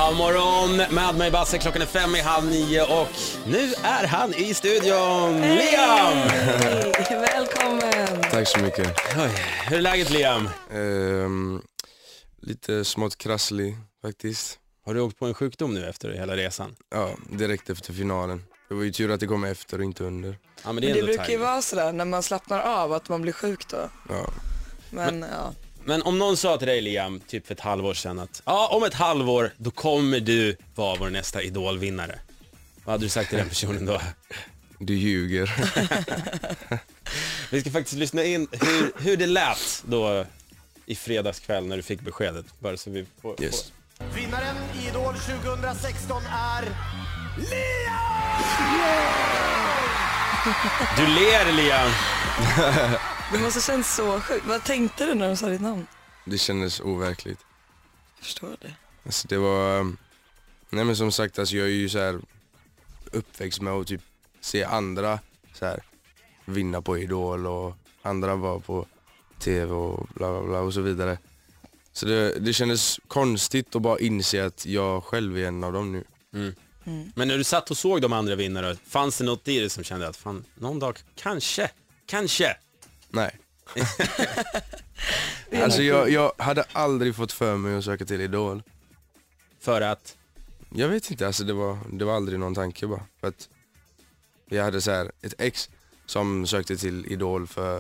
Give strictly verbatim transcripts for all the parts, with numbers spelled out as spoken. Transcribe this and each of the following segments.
God morgon, med mig Basse, klockan är fem i halv nio och nu är han i studion, hey! Liam! Hey, välkommen! Tack så mycket. Oj, hur är läget, Liam? Um, lite smått krasslig faktiskt. Har du åkt på en sjukdom nu efter hela resan? Ja, direkt efter finalen. Det var ju tur att det kom efter och inte under. Ja, men det, är men det brukar tajt. ju vara sådär när man slappnar av att man blir sjuk då. Ja. Men, men, ja. men om någon sa till dig, Liam, typ för ett halvår sedan att ja, om ett halvår då kommer du vara vår nästa idolvinnare. Vad hade du sagt till den personen då? Du ljuger. Vi ska faktiskt lyssna in hur, hur det lät då i fredagskväll när du fick beskedet. Bara så vi får, yes. får. Vinnaren i Idol tjugohundrasexton är Liam! Du ler, Liam. Det måste kännas så sjukt. Vad tänkte du när de sa ditt namn? Det kändes overkligt. Jag förstår det. Alltså det var... Nej men som sagt, alltså jag är ju så här uppväxt med att typ se andra så här vinna på Idol och andra var på tv och bla bla bla och så vidare. Så det, det kändes konstigt att bara inse att jag själv är en av dem nu. Mm. Mm. Men när du satt och såg de andra vinnare, fanns det något i det som kände att fan, någon dag kanske, kanske? Nej. Alltså jag, jag hade aldrig fått för mig att söka till Idol. För att? Jag vet inte, alltså det var, det var aldrig någon tanke bara. För att jag hade så här ett ex som sökte till Idol för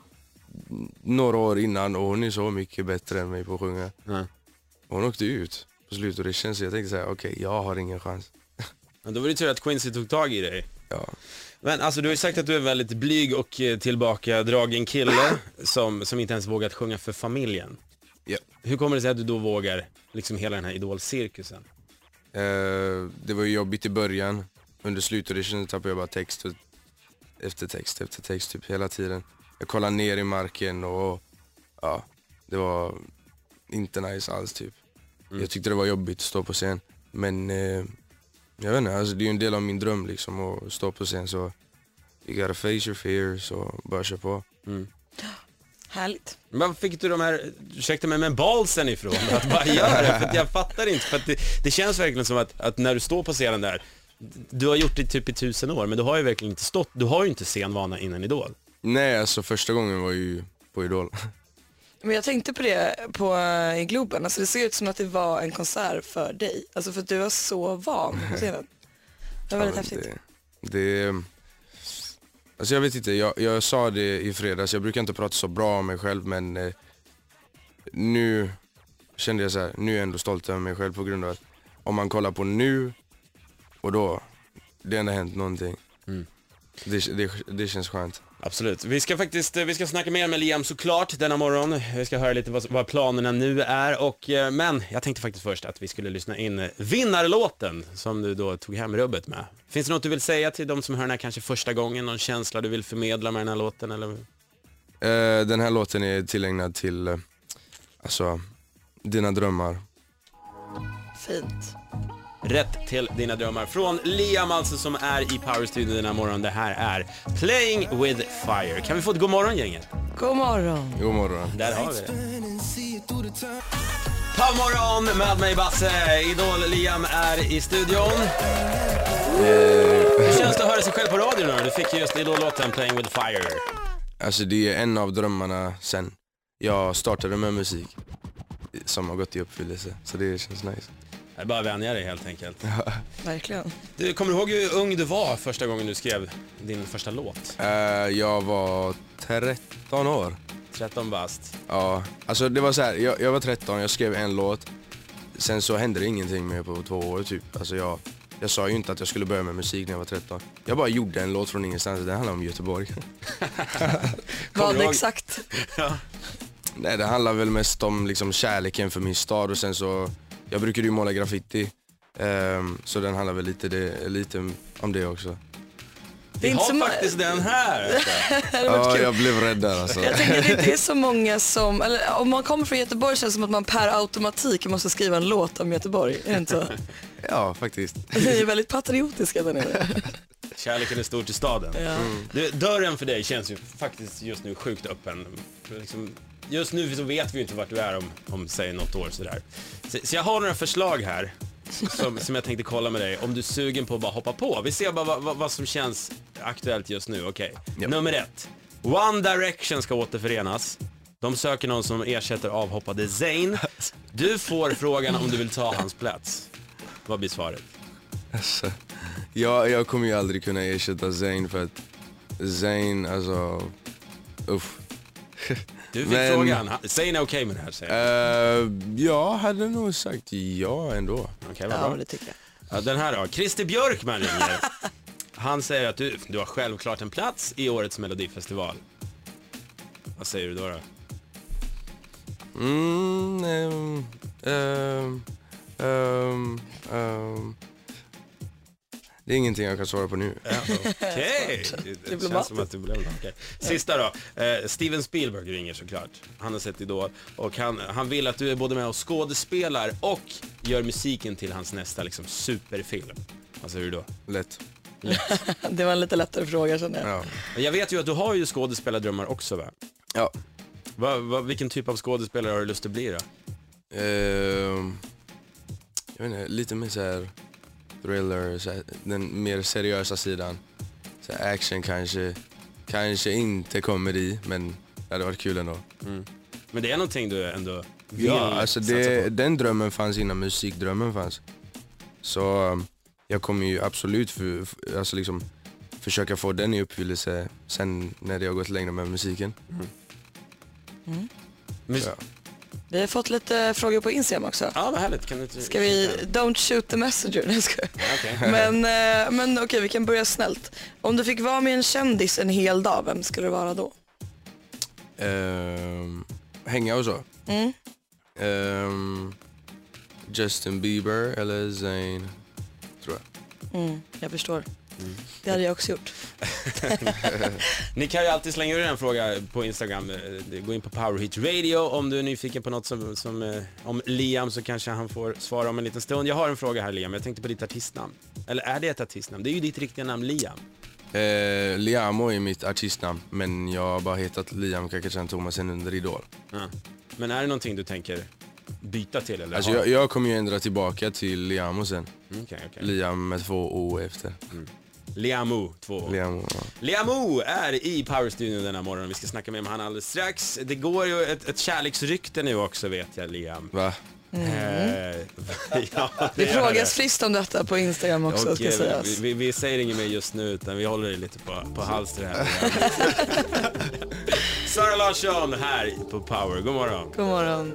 några år innan och hon är så mycket bättre än mig på att sjunga. Mm. Hon åkte ut på slutet och det känns, jag tänkte säga okej, okay, jag har ingen chans. Men då var det tur att Quincy tog tag i dig. Ja. Men alltså du har ju sagt att du är en väldigt blyg och tillbakadragen kille som, som inte ens vågat sjunga för familjen. Yeah. Hur kommer det sig att du då vågar liksom hela den här idolcirkusen? Uh, det var ju jobbigt i början. Under slutauditionen tappade jag bara text efter text efter text typ hela tiden. Jag kollade ner i marken och ja, det var inte nice alls typ. Mm. Jag tyckte det var jobbigt att stå på scen. Men uh, jag vet inte, alltså det är ju en del av min dröm liksom att stå på scen, så you gotta face your fears och bara köra på. Mm. Härligt. Men varför fick du de här, ursäkta mig, men balsen ifrån att bara göra det? För att jag fattar inte, för att det, det känns verkligen som att, att när du står på scenen där, du har gjort det typ i tusen år, men du har ju verkligen inte stått, du har ju inte scenvana innan Idol. Nej, alltså första gången var ju på Idol. Men jag tänkte på det på, i Globen, alltså det ser ut som att det var en konsert för dig. Alltså för att du var så van på scenen. Det var väldigt ja, häftigt. Det, det, alltså jag vet inte, jag, jag sa det i fredags, jag brukar inte prata så bra om mig själv, men eh, nu kände jag så här, nu är jag ändå stolt över mig själv på grund av att om man kollar på nu och då, det har ändå hänt någonting. Mm. Det, det, det känns skönt. Absolut. Vi ska faktiskt vi ska snacka mer med Liam såklart denna morgon. Vi ska höra lite vad, vad planerna nu är och men jag tänkte faktiskt först att vi skulle lyssna in vinnarlåten som du då tog hem rubbet med. Finns det något du vill säga till de som hör den här kanske första gången, någon känsla du vill förmedla med den här låten eller? Uh, den här låten är tillägnad till uh, alltså dina drömmar. Fint. Rätt till dina drömmar från Liam alltså, som är i Power-studion den här morgonen. Det här är Playing with Fire. Kan vi få ett god morgon, gänget? God morgon. God morgon. Där har vi det. God morgon med mig Basse. Idol Liam är i studion. Hur känns det att höra sig själv på radion nu? Du fick ju just Idol-låten Playing with Fire. Alltså det är en av drömmarna sen jag startade med musik som har gått i uppfyllelse. Så det känns nice. Det är bara att vänja dig helt enkelt. Ja. Verkligen. Du, kommer du ihåg hur ung du var första gången du skrev din första låt? Uh, jag var tretton år. tretton bast. Ja, alltså det var så här, jag, jag var tretton, jag skrev en låt. Sen så hände det ingenting mer på två år typ. Alltså jag, jag sa ju inte att jag skulle börja med musik när jag var tretton. Jag bara gjorde en låt från ingenstans, det handlar om Göteborg. Vad exakt? Ja. Nej, det handlar väl mest om liksom kärleken för min stad och sen så... Jag brukade ju måla graffiti, um, så den handlar väl lite, det, lite om det också. Vi har så faktiskt den här. Ja, jag blev rädd där alltså. Jag tänker det inte är så många som, eller om man kommer från Göteborg känns det som att man per automatik måste skriva en låt om Göteborg, är det inte så? Ja, faktiskt. Ni är väldigt patriotiska där nere. Kärleken är stor till staden. Ja. Mm. Du, dörren för dig känns ju faktiskt just nu sjukt öppen. Liksom, just nu så vet vi ju inte vart du är om, om säg något år sådär. Så, så jag har några förslag här. som, som jag tänkte kolla med dig. Om du är sugen på att bara hoppa på. Vi ser bara vad, vad, vad som känns aktuellt just nu. Okej. Okay. Yep. Nummer ett. One Direction ska återförenas. De söker någon som ersätter avhoppade Zayn. Du får frågan om du vill ta hans plats. Vad blir svaret? Alltså, jag, jag kommer ju aldrig kunna ersätta Zayn för att Zayn, alltså, uff. Du fick Men, frågan. Zayn är okej okay med det här, säger uh, jag hade nog sagt ja ändå. Okej, okay, vad Ja, bra. det tycker jag. Ja, den här då. Christer Björkman ringer. Han säger att du, du har självklart en plats i årets Melodifestival. Vad säger du då då? Mm, um, um, um, um. Det är ingenting jag kan svara på nu. Ja, okej. Okay. Det känns som att du blev okay. Sista då. Eh, Steven Spielberg ringer såklart. Han har sett Idol. Och han, han vill att du är både med och skådespelar och gör musiken till hans nästa liksom, superfilm. Vad säger du då? Lätt. Lätt. Det var en lite lättare fråga, känner jag. Ja. Jag vet ju att du har ju skådespelardrömmar också, va? Ja. Va, va, vilken typ av skådespelare har du lust att bli då? Uh, jag vet inte, lite mer så här thriller, så här, den mer seriösa sidan. Så här, action kanske, kanske inte comedy, men det hade varit kul ändå. Mm. Men det är någonting du ändå vill Ja, alltså satsa det, på. den drömmen fanns innan musikdrömmen fanns. Så um, jag kommer ju absolut för, för, alltså liksom, försöka få den i uppfyllelse sen när det har gått längre med musiken. Mm. Mm. Men, Ja. Vi har fått lite frågor på Instagram också. ja, vad härligt. Kan du inte... Ska vi, don't shoot the messenger. Nej, ska. Okay. Men, eh, men okej, vi kan börja snällt. Om du fick vara med en kändis en hel dag, vem skulle det vara då? Um, hänga och så. Mm. Um, Justin Bieber eller Zayn, tror jag. Mm, jag förstår. Mm. Det hade jag också gjort. Ni kan ju alltid slänga ur en fråga på Instagram. Gå in på Power Hit Radio om du är nyfiken på något som, som eh, om Liam, så kanske han får svara om en liten stund. Jag har en fråga här, Liam. Jag tänkte på ditt artistnamn. Eller är det ett artistnamn? Det är ju ditt riktiga namn, Liam. Eh, Liamo är mitt artistnamn, men jag har bara hetat Liam Kakachan Thomasen under Idol. Ja. Men är det någonting du tänker byta till? Eller Alltså har- jag, jag kommer ju ändra tillbaka till Liamo sen. Mm, okay, okay. Liam med två O efter. Mm. Liamo, två år. Liamo, ja. Liamo är i Power-studion denna morgon. Vi ska snacka med han alldeles strax. Det går ju ett, ett kärleksrykte nu också, vet jag, Liam. Va? Mm. Eh, ja, Det det gör frågas friskt om detta på Instagram också, Och, ska eh, sägas. vi, vi, vi säger inget mer just nu, utan vi håller det lite på, på halster här. Sara Larsson här på Power. God morgon. God morgon.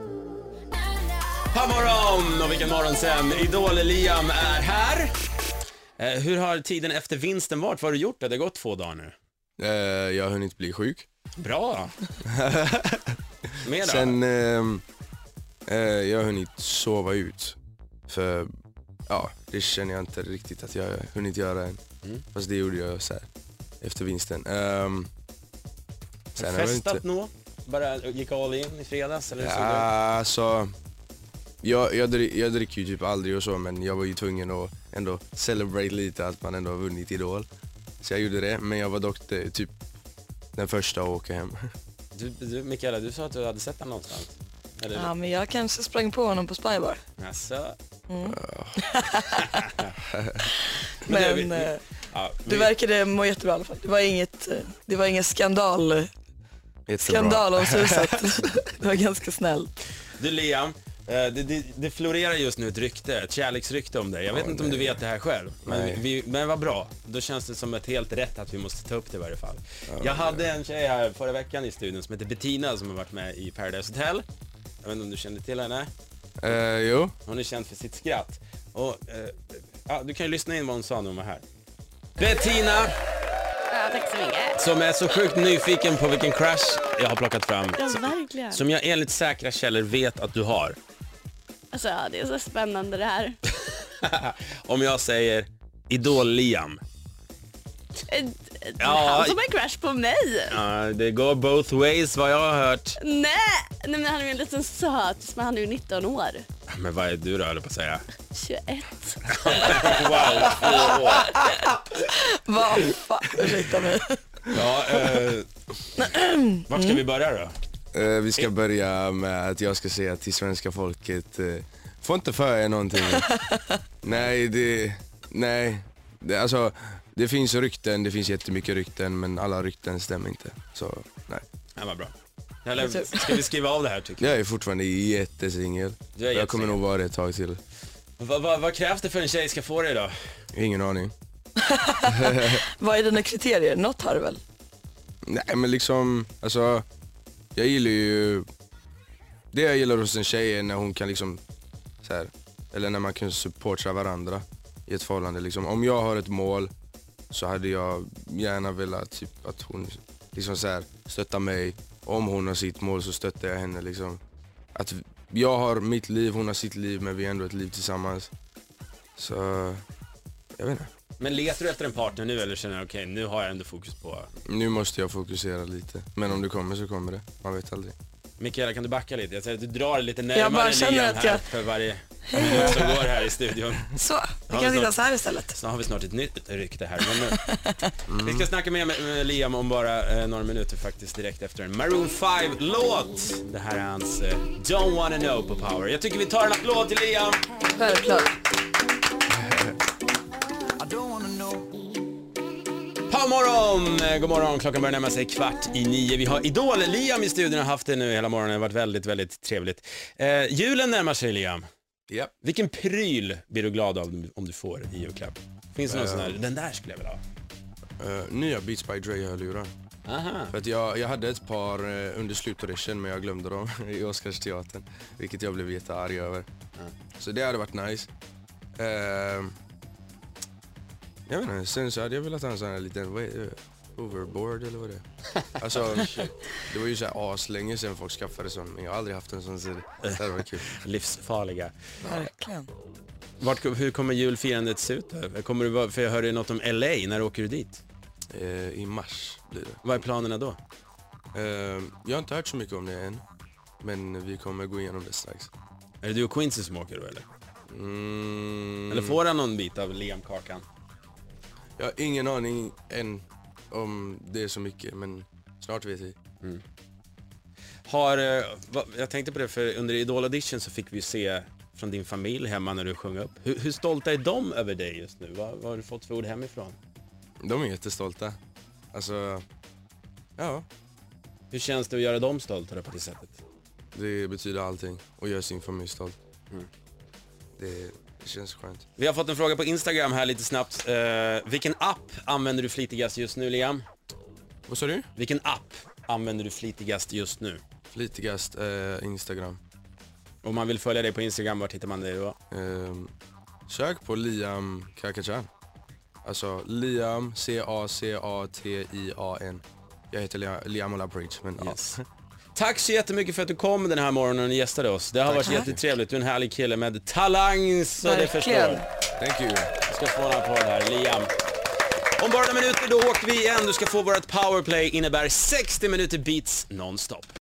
God morgon! Och vilken morgon sen. Idol Liam är här. Eh, hur har tiden efter vinsten varit? Vad har du gjort? Det har gått två dagar nu. Eh, jag har hunnit bli sjuk. Bra. Mer då? Sen, ehm, eh, jag har hunnit sova ut. För, ja, det känner jag inte riktigt att jag har hunnit göra än. Mm. Fast det gjorde jag så här, efter vinsten. Um, sen har jag Festat inte... nå? Bara gick all in i fredags? Eller Ja, så du? alltså... Jag, jag, drick, jag dricker ju typ aldrig och så, men jag var ju tvungen att ändå celebrate lite att man ändå har vunnit Idol. Så jag gjorde det, men jag var dock det, typ den första att åka hem. Du, du, Mikaela, du sa att du hade sett honom någonstans. Eller? Ja, men jag kanske sprang på honom på Spybar. Jaså? Mm. Men det- Men vi- eh, Ja, du vi- verkade må jättebra i alla fall. Det var inget, eh, det var ingen skandal, Jättebra. skandal om susat. Det var ganska snällt. Du Liam, eh, det, det, det florerar just nu ett rykte, ett kärleksrykte om dig. Jag vet Ja, inte om du nej. vet det här själv. Men, Nej. vi, men vad bra, då känns det som ett helt rätt att vi måste ta upp det i varje fall. Jag hade en tjej här förra veckan i studion som heter Bettina som har varit med i Paradise Hotel. Jag vet inte om du kände till henne? Eh, jo. Hon är känd för sitt skratt. Och, eh, ja, du kan ju lyssna in vad hon sa när hon var här. Bettina, Ja, tack så mycket. som är så sjukt nyfiken på vilken crush jag har plockat fram. Ja, Som, verkligen. som jag enligt säkra källor vet att du har. Alltså, ja, det är så spännande det här. Om jag säger Idol-Liam. Eh, Ja. Han som en crush på mig. Ja, det går both ways vad jag har hört. Nej, nej men han är ju en liten sötis, men han är ju nitton år. Men vad är du då, höll jag på att säga? tjugoett. Wow, två år. Vad fan, ursäkta mig. Ja, eh, vart ska vi börja då? Eh, vi ska börja med att jag ska säga till svenska folket, eh, Får inte för er någonting. nej, det... Nej. Det, alltså, det finns rykten, det finns jättemycket rykten, men alla rykten stämmer inte. Så, nej. Ja, vad bra. Eller, ska vi skriva av det här tycker jag? Jag är fortfarande jättesingel. Du är Jag kommer jättesingel. nog vara det ett tag till. Vad, vad, vad krävs det för en tjej ska få det då? Ingen aning. Vad är dina kriterier? Något har du väl? Nej, men liksom, alltså, jag gillar ju, det jag gillar hos en tjej är när hon kan liksom, så här, eller när man kan supporta varandra i ett förhållande. Liksom. Om jag har ett mål så hade jag gärna velat typ, att hon liksom så här, stöttar mig. Om hon har sitt mål så stöttar jag henne. Liksom. Att jag har mitt liv, hon har sitt liv, men vi har ändå ett liv tillsammans. Så, jag vet inte. Men letar du efter en partner nu eller känner du okej, okay, nu har jag ändå fokus på... Nu måste jag fokusera lite. Men om det kommer så kommer det. Man vet aldrig. Mikaela, kan du backa lite? Jag säger att du drar lite Jag närmare bara känner Liam att här jag- för varje minut som går här i studion. Så, vi Ja, kan så- sitta så här istället. Så har vi snart ett nytt rykte här. Men, vi ska snacka med, med Liam om bara eh, några minuter faktiskt direkt efter en Maroon five-låt. Det här är hans eh, Don't Wanna Know på Power. Jag tycker vi tar en applåd till Liam. Självklart. Powermorgon! Eh, God morgon, klockan börjar närma sig kvart i nio. Vi har Idol Liam i studion och har haft det nu hela morgonen. Det har varit väldigt, väldigt trevligt. Eh, julen närmar sig, Liam. Ja. Vilken pryl blir du glad av om du får i julklapp? Finns det någon Eh. sån här, den där skulle jag vilja ha? Uh, nya Beats by Dre-hörlurar. Aha. För att jag, jag hade ett par uh, under slutaudition, men jag glömde dem i Oscarsteatern. Vilket jag blev jättearg över. Mm. Så det hade varit nice. Uh, jag vet inte, sen så hade jag velat ha en sån här liten vad är det? Overboard eller vad det är. Alltså, det var ju så här aslänge sedan folk skaffade sån, men jag har aldrig haft en sån, så det hade varit kul. Livsfarliga. Verkligen. Vart, hur kommer julfirandet se ut då? Kommer du, vara- för jag hörde något om L A, när åker du dit? Uh, I mars blir det. Vad är planerna då? Uh, jag har inte hört så mycket om det än, men vi kommer gå igenom det strax. Är det du och Quincy som åker då eller? Mm. Eller får han någon bit av Liam-kakan? Jag har ingen aning än om det är så mycket, men snart vet vi. Har, eh, vad, jag tänkte på det, för under Idol Audition så fick vi se från din familj hemma när du sjöng upp. Hur, hur stolta är de över dig just nu? Vad, vad har du fått för ord hemifrån? De är jättestolta. Alltså, ja, Hur känns det att göra dem stolta då på det sättet? det betyder allting. Och göra sin familj stolt. Mm. Det, det känns skönt. Vi har fått en fråga på Instagram här lite snabbt. Eh, vilken app använder du flitigast just nu, Liam? Vad sa du? Vilken app använder du flitigast just nu? Flitigast eh, Instagram. Om man vill följa dig på Instagram, var hittar man dig då? Eh, sök på Liam Kakachan. Alltså Liam, C A C A T I A N. Jag heter Liam, Liam Olabridge, men Yes. Tack så jättemycket för att du kom den här morgonen och gästade oss. Det har varit Tack. jättetrevligt. Du är en härlig kille med talang så det Verkligen. förstår. ja. Thank you. Du ska få en applåd här, Liam. Om bara några minuter då åker vi igen. Du ska få vårt powerplay, innebär sextio minuter beats nonstop.